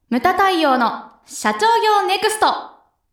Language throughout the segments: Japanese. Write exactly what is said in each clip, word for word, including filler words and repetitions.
ムタ太陽の社長業ネクスト。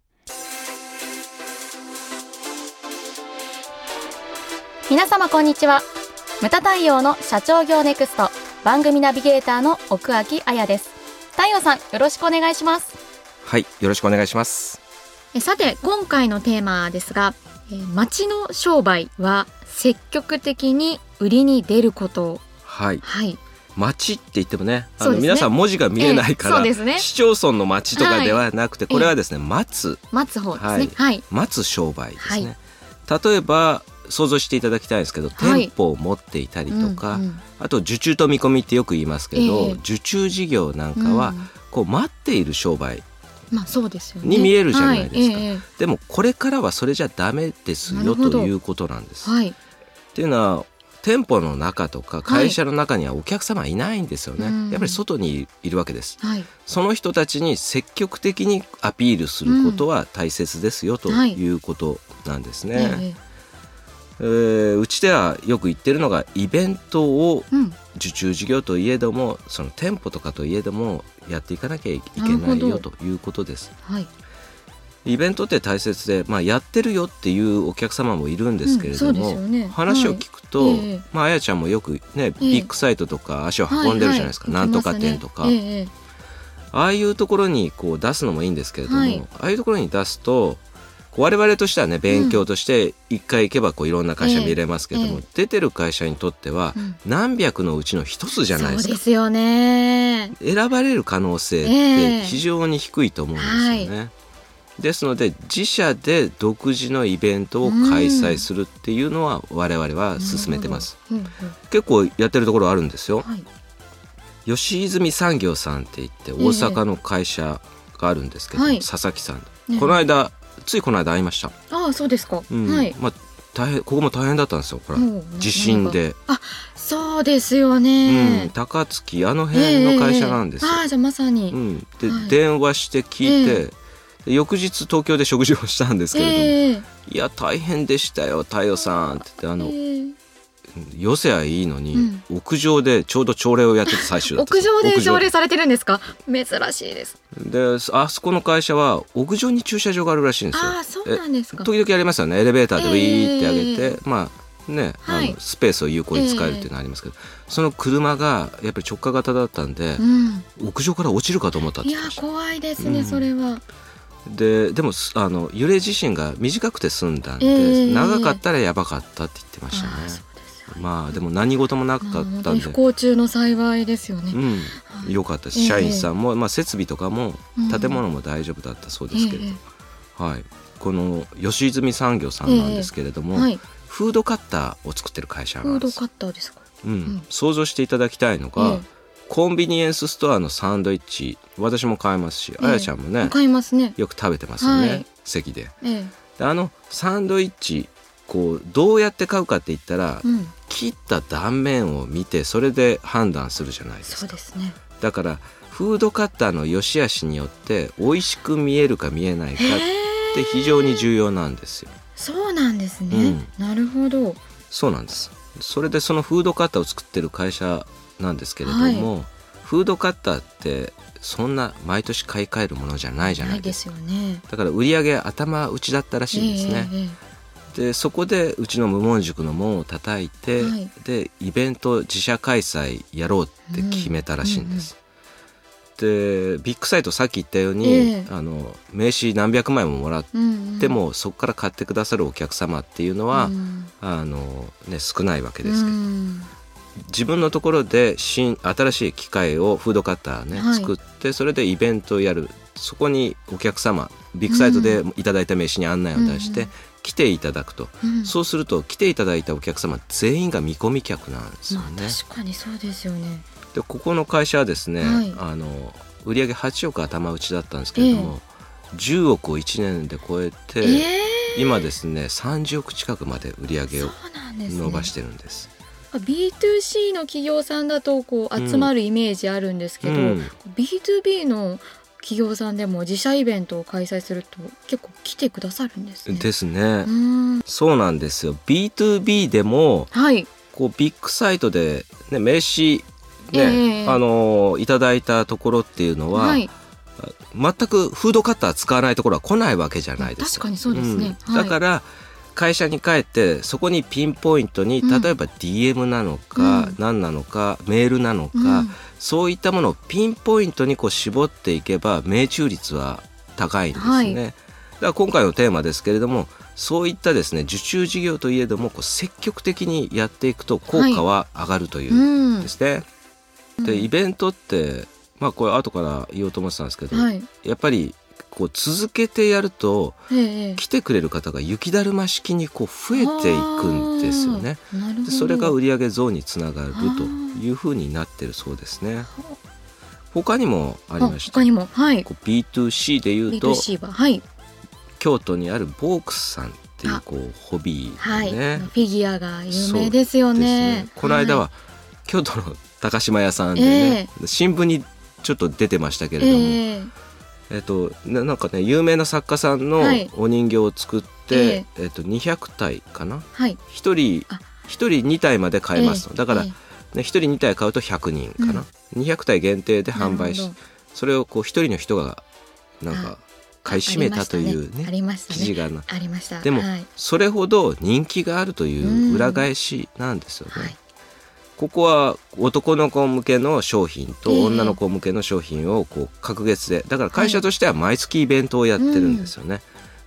皆様こんにちは。ムタ太陽の社長業ネクスト番組ナビゲーターの奥脇彩です。太陽さん、よろしくお願いします。 はい、よろしくお願いします。 えさて、今回のテーマですが、え町の商売は積極的に売りに出ること。 はい、 はい町って言ってもね、あのね、皆さん文字が見えないから、えーね、市町村の町とかではなくて、はい、これはですね、待つ待つ方ですね、はい、 待つ商売ですね、はい、例えば想像していただきたいんですけど、はい、店舗を持っていたりとか、うんうん、あと受注と見込みってよく言いますけど、えー、受注事業なんかは、うん、こう待っている商売まあそうですよね、 に見えるじゃないですか、 はいえー、 でもこれからはそれじゃダメですよということなんです、はい、っていうのは店舗の中とか会社の中にはお客様いないんですよね、はい、やっぱり外にいるわけです、はい、その人たちに積極的にアピールすることは大切ですよということなんですね、はいえええー、うちではよく言ってるのがイベントを受注事業といえども、うん、その店舗とかといえどもやっていかなきゃいけないよということです、はい、イベントって大切で、まあ、やってるよっていうお客様もいるんですけれども、うんね、話を聞くと、はいえーまあ、あやちゃんもよくね、えー、ビッグサイトとか足を運んでるじゃないですか、はいはい、なんとか店とか、ねえー、ああいうところにこう出すのもいいんですけれども、はい、ああいうところに出すと我々としてはね勉強として一回行けばこういろんな会社見れますけども、うんえー、出てる会社にとっては何百のうちの一つじゃないですか、 そうですよね。 選ばれる可能性って非常に低いと思うんですよね、えーはい、ですので自社で独自のイベントを開催するっていうのは我々は進めてます、うんうん、結構やってるところあるんですよ、はい、吉泉産業さんって言って大阪の会社があるんですけど、えーはい、佐々木さん、ね、この間ついこの間会いました。 ああそうですか、 うんはいまあ、大変ここも大変だったんですよ。これ地震であそうですよね、 うん、高槻あの辺の会社なんですよ、 えー、あじゃあまさに、 うん、で、はい、電話して聞いて、えー、翌日東京で食事をしたんですけれども、えー、いや大変でしたよ太陽さんって言ってあの、えー寄せはいいのに、うん、屋上でちょうど朝礼をやってた最終だった屋上で朝礼されてるんですか。珍しいです。 であそこの会社は屋上に駐車場があるらしいんですよ。 あそうなんですか。 時々ありますよね。エレベーターでウィーって上げて、えー、まあね、はい、あのスペースを有効に使えるっていうのがありますけど、えー、その車がやっぱり直下型だったんで、うん、屋上から落ちるかと思ったって言ってました。 いや怖いですね、うん、それは。 で, でもあの揺れ地震が短くて済んだんで、えー、長かったらやばかったって言ってましたね。まあでも何事もなかったんで不幸中の幸いですよね、 うん、よかったです、えー、社員さんも、まあ、設備とかも建物も大丈夫だったそうですけれど、えーはい、この吉泉産業さんなんですけれども、えーはい、フードカッターを作ってる会社なんです。 フードカッターですか、 うんうん、想像していただきたいのが、えー、コンビニエンスストアのサンドイッチ私も買いますし、えー、あやちゃんもね買いますね、 よく食べてますよね、はい、席で、えー、であのサンドイッチこうどうやって買うかって言ったら、うん、切った断面を見てそれで判断するじゃないですか。 そうですね。だからフードカッターの良し悪しによって美味しく見えるか見えないかって非常に重要なんですよ。 そうなんですね、うん、なるほど。 そうなんです。それでそのフードカッターを作ってる会社なんですけれども、はい、フードカッターってそんな毎年買い替えるものじゃないじゃないですか。 ないですよね。 だから売り上げ頭打ちだったらしいんですね、えーえーでそこでうちの無門塾の門を叩いて、はい、でイベント自社開催やろうって決めたらしいんです、うんうんうん、でビッグサイトさっき言ったように、えー、あの名刺何百枚ももらっても、うんうん、そこから買ってくださるお客様っていうのは、うん、あのね、少ないわけですけど、うん、自分のところで新新しい機械をフードカッターね、はい、作ってそれでイベントをやる。そこにお客様ビッグサイトでいただいた名刺に案内を出して、うんうん来ていただくと、うん、そうすると来ていただいたお客様全員が見込み客なんですよね、 まあ、確かにそうですよね。 でここの会社はですね、はい、あの売上はちおく頭打ちだったんですけれども、えー、じゅうおくをいちねんで超えて、えー、今ですねさんじゅうおく近くまで売上を伸ばしてるんです。 ビーツーシー の企業さんだとこう集まるイメージあるんですけど、うん、ビーツービー の企業さんでも自社イベントを開催すると結構来てくださるんですね。 ですね。うんそうなんですよ。 ビーツービー でも、はい、こうビッグサイトで、ね、名刺、ねえー、あのいただいたところっていうのは、はい、 全くフードカッター使わないところは来ないわけじゃないですか。 確かにそうですね、 うん、だから会社に帰ってそこにピンポイントに、例えば ディーエム なのか、うん、何なのかメールなのか、うん、そういったものをピンポイントにこう絞っていけば命中率は高いんですね、はい、だから今回のテーマですけれども、そういったですね受注事業といえどもこう積極的にやっていくと効果は上がるというですね、はいうん、でイベントってまあこれ後から言おうと思ってたんですけど、はい、やっぱりこう続けてやると、ええ、来てくれる方が雪だるま式にこう増えていくんですよね。でそれが売上増につながるというふうになってるそうですね。他にもありました。 他にも、はい、 こう ビーツーシー でいうと、 ビーツーシー は、はい、 京都にあるボークスさんっていうこうホビーね、はい、 フィギュアが有名ですよ ね, ねこの間は、はい、京都の高島屋さんでね、えー、新聞にちょっと出てましたけれども、えーえっと、な, なんかね有名な作家さんのお人形を作って、はいえーえっと、にひゃくたいかな、はい、ひとりひとりにたいまで買えますと、えー、だから、ね、ひとりにたい買うとひゃくにんかな、うん、にひゃくたい限定で販売し、それをこうひとりの人がなんか買い占めたというね記事がありました。でも、はい、それほど人気があるという裏返しなんですよね、うんはい、ここは男の子向けの商品と女の子向けの商品をこう隔月で、だから会社としては毎月イベントをやってるんですよね、はい、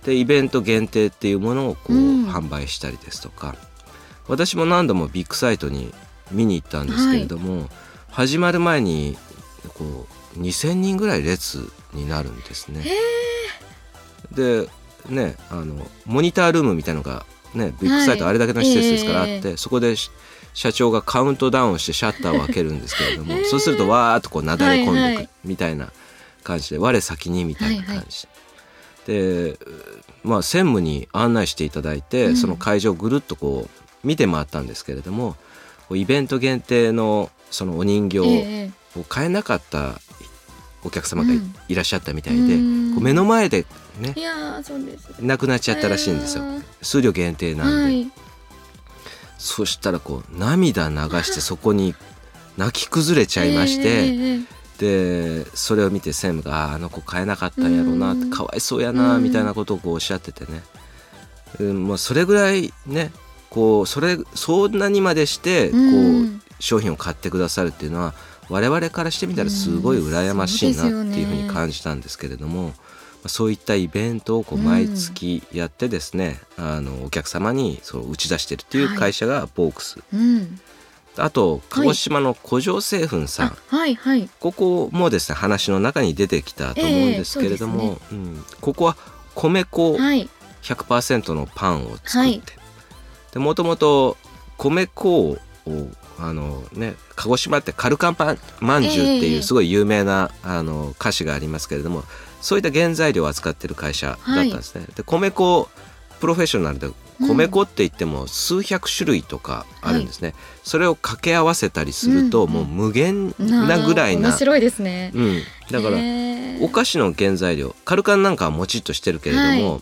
でイベント限定っていうものをこう販売したりですとか、私も何度もビッグサイトに見に行ったんですけれども、はい、始まる前にこうにせんにんぐらい列になるんですね。でね、あのモニタールームみたいなのが、ね、ビッグサイトあれだけの施設ですからあって、はいえー、そこで社長がカウントダウンしてシャッターを開けるんですけれども、そうするとわーっとこうなだれ込んでくるみたいな感じで、我先にみたいな感じで、まあ、専務に案内していただいて、その会場をぐるっとこう見て回ったんですけれども、イベント限定のそのお人形を買えなかったお客様が い,、うん、いらっしゃったみたいで、こう目の前でね、 いやそうです、 なくなっちゃったらしいんですよ。数量限定なんで、はい、そしたらこう涙流してそこに泣き崩れちゃいまして、えー、でそれを見て専務が あ, あの子買えなかったんやろうなって、かわいそうやなみたいなことをこうおっしゃっててね、うん、もうそれぐらいね、こうそれそんなにまでしてこう商品を買ってくださるっていうのは我々からしてみたらすごい羨ましいなっていうふうに感じたんですけれども、そういったイベントをこう毎月やってですね、うん、あのお客様にそう打ち出してるっていう会社がボークス、はいうん、あと鹿児島の古城製粉さん、はいはいはい、ここもですね話の中に出てきたと思うんですけれども、えーねうん、ここは米粉 ひゃくパーセント のパンを作って、はい、でもともと米粉をあのね、鹿児島ってカルカンパンまんじゅうっていうすごい有名な、えー、あの菓子がありますけれども、そういった原材料を扱ってる会社だったんですね、はい、で米粉プロフェッショナルで米粉って言っても数百種類とかあるんですね、うん、それを掛け合わせたりするともう無限なぐらいな、 面白いですね、 うん、だからお菓子の原材料カルカンなんかはもちっとしてるけれども、はい、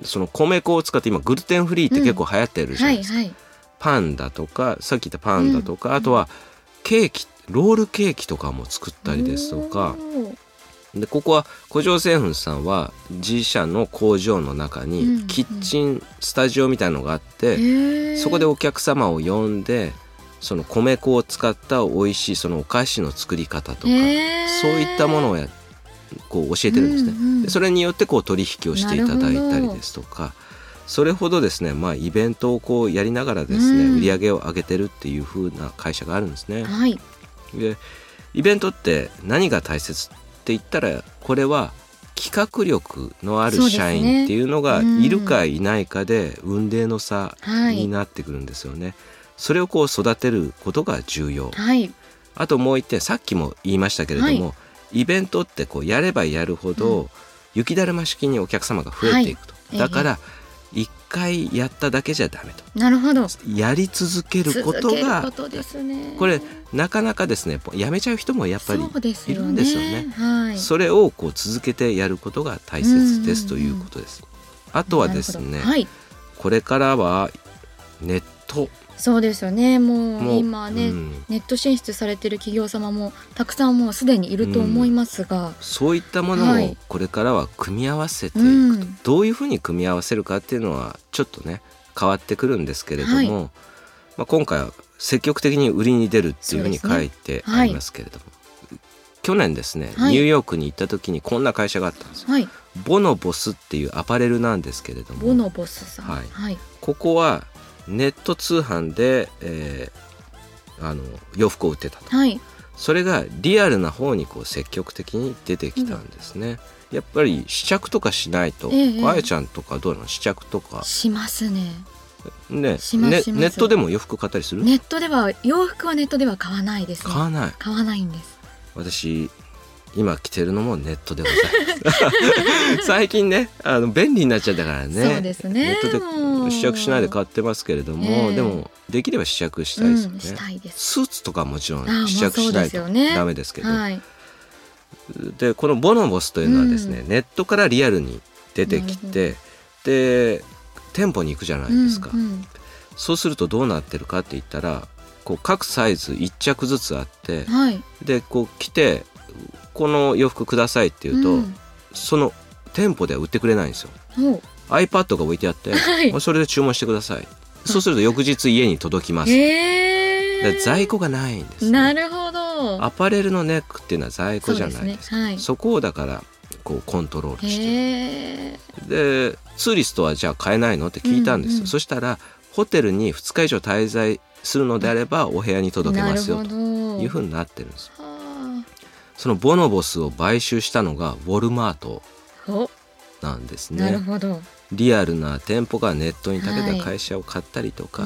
その米粉を使って今グルテンフリーって結構流行ってるじゃないですか、うんはいはい、パンだとかさっき言ったパンだとか、うん、あとはケーキロールケーキとかも作ったりですとかで、ここは古城製粉さんは自社の工場の中にキッチンスタジオみたいなのがあって、うんうん、そこでお客様を呼んでその米粉を使った美味しいそのお菓子の作り方とかそういったものをやこう教えてるんですね、うんうん、でそれによってこう取引をしていただいたりですとか、それほどですね、まあ、イベントをこうやりながらですね、うん、売り上げを上げてるっていう風な会社があるんですね、はい、でイベントって何が大切って言ったらこれは企画力のある社員っていうのがいるかいないかで雲泥の差になってくるんですよね、はい、それをこう育てることが重要、はい、あともう一点さっきも言いましたけれども、はい、イベントってこうやればやるほど、うん、雪だるま式にお客様が増えていくと、はい、だから、えー一回やっただけじゃダメと。 なるほど。 やり続けることが続けることですね。 これなかなかですねやめちゃう人もやっぱりいるんですよね。 そうですよね。はい、 それをこう続けてやることが大切ですということです。あとはですね、はい、これからはネットそうですよね。もう今ね、うん、ネット進出されている企業様もたくさんもうすでにいると思いますが、うん、 そういったものをこれからは組み合わせていくと、はい、どういうふうに組み合わせるかっていうのはちょっとね変わってくるんですけれども、はい、まあ、今回は積極的に売りに出るっていうふうに書いてありますけれども、はい、去年ですね、はい、ニューヨークに行った時にこんな会社があったんです、はい、ボノボスっていうアパレルなんですけれども、 ボノボスさん、 はいはい、ここはネット通販で、えー、あの洋服を売ってたと、はい、それがリアルな方にこう積極的に出てきたんですね、うん、やっぱり試着とかしないと、ええ、あやちゃんとかどうなの？試着とかしますね。 ね、しますします。ネットでも洋服買ったりする？ ネットでは洋服はネットでは買わないですね。 買わない買わないんです。 私今着てるのもネットでございます最近ねあの便利になっちゃったからね。 そうですね。 ネットで試着しないで買ってますけれども、えー、でもできれば試着したいですよね、うん、 したいです。 スーツとかもちろん試着しないとダメですけど、 はい、 でこのボノボスというのはですね、うん、ネットからリアルに出てきて、で店舗に行くじゃないですか、うんうん、そうするとどうなってるかって言ったらこう各サイズいっ着ずつあって、はい、でこう来てこの洋服くださいって言うと、うん、その店舗では売ってくれないんですよ。 iPad が置いてあって、はい、それで注文してください。そうすると翌日家に届きます。 へー、 で在庫がないんです、ね、 なるほど。 アパレルのネックっていうのは在庫じゃないですか。 そうですね、はい、そこをだからこうコントロールしてでツーリストはじゃあ買えないのって聞いたんですよ、うんうん、そしたらホテルにふつか以上滞在するのであればお部屋に届けますよというふうになってるんです。そのボノボスを買収したのがウォルマートなんですね。 なるほど。 リアルな店舗がネットに長けた会社を買ったりとか、はい、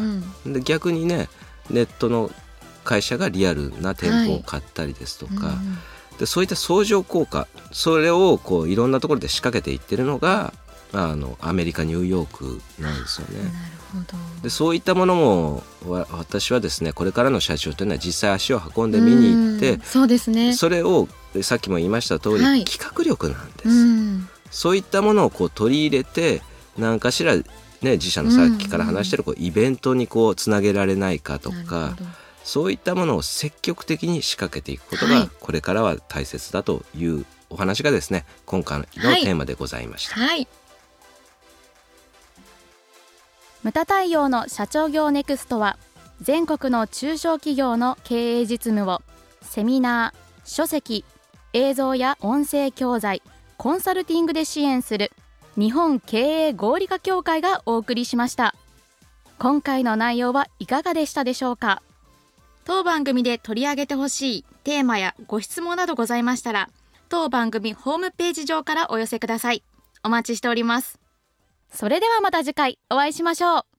で逆にねネットの会社がリアルな店舗を買ったりですとか、はい、うん、でそういった相乗効果、それをこういろんなところで仕掛けていってるのがあのアメリカニューヨークなんですよね。 なるほど。 でそういったものも私はですねこれからの社長というのは実際足を運んで見に行って、 そうですね、 それをさっきも言いました通り、はい、企画力なんです。そういったものをこう取り入れて何かしら、ね、自社のさっきから話してるこうイベントにこうつなげられないかとか、そういったものを積極的に仕掛けていくことがこれからは大切だというお話がですね今回のテーマでございました。 はいはい、 ムタ太陽の社長業ネクストは全国の中小企業の経営実務をセミナー、書籍、映像や音声教材、コンサルティングで支援する日本経営合理化協会がお送りしました。今回の内容はいかがでしたでしょうか。当番組で取り上げてほしいテーマやご質問などございましたら当番組ホームページ上からお寄せください。お待ちしております。それではまた次回お会いしましょう。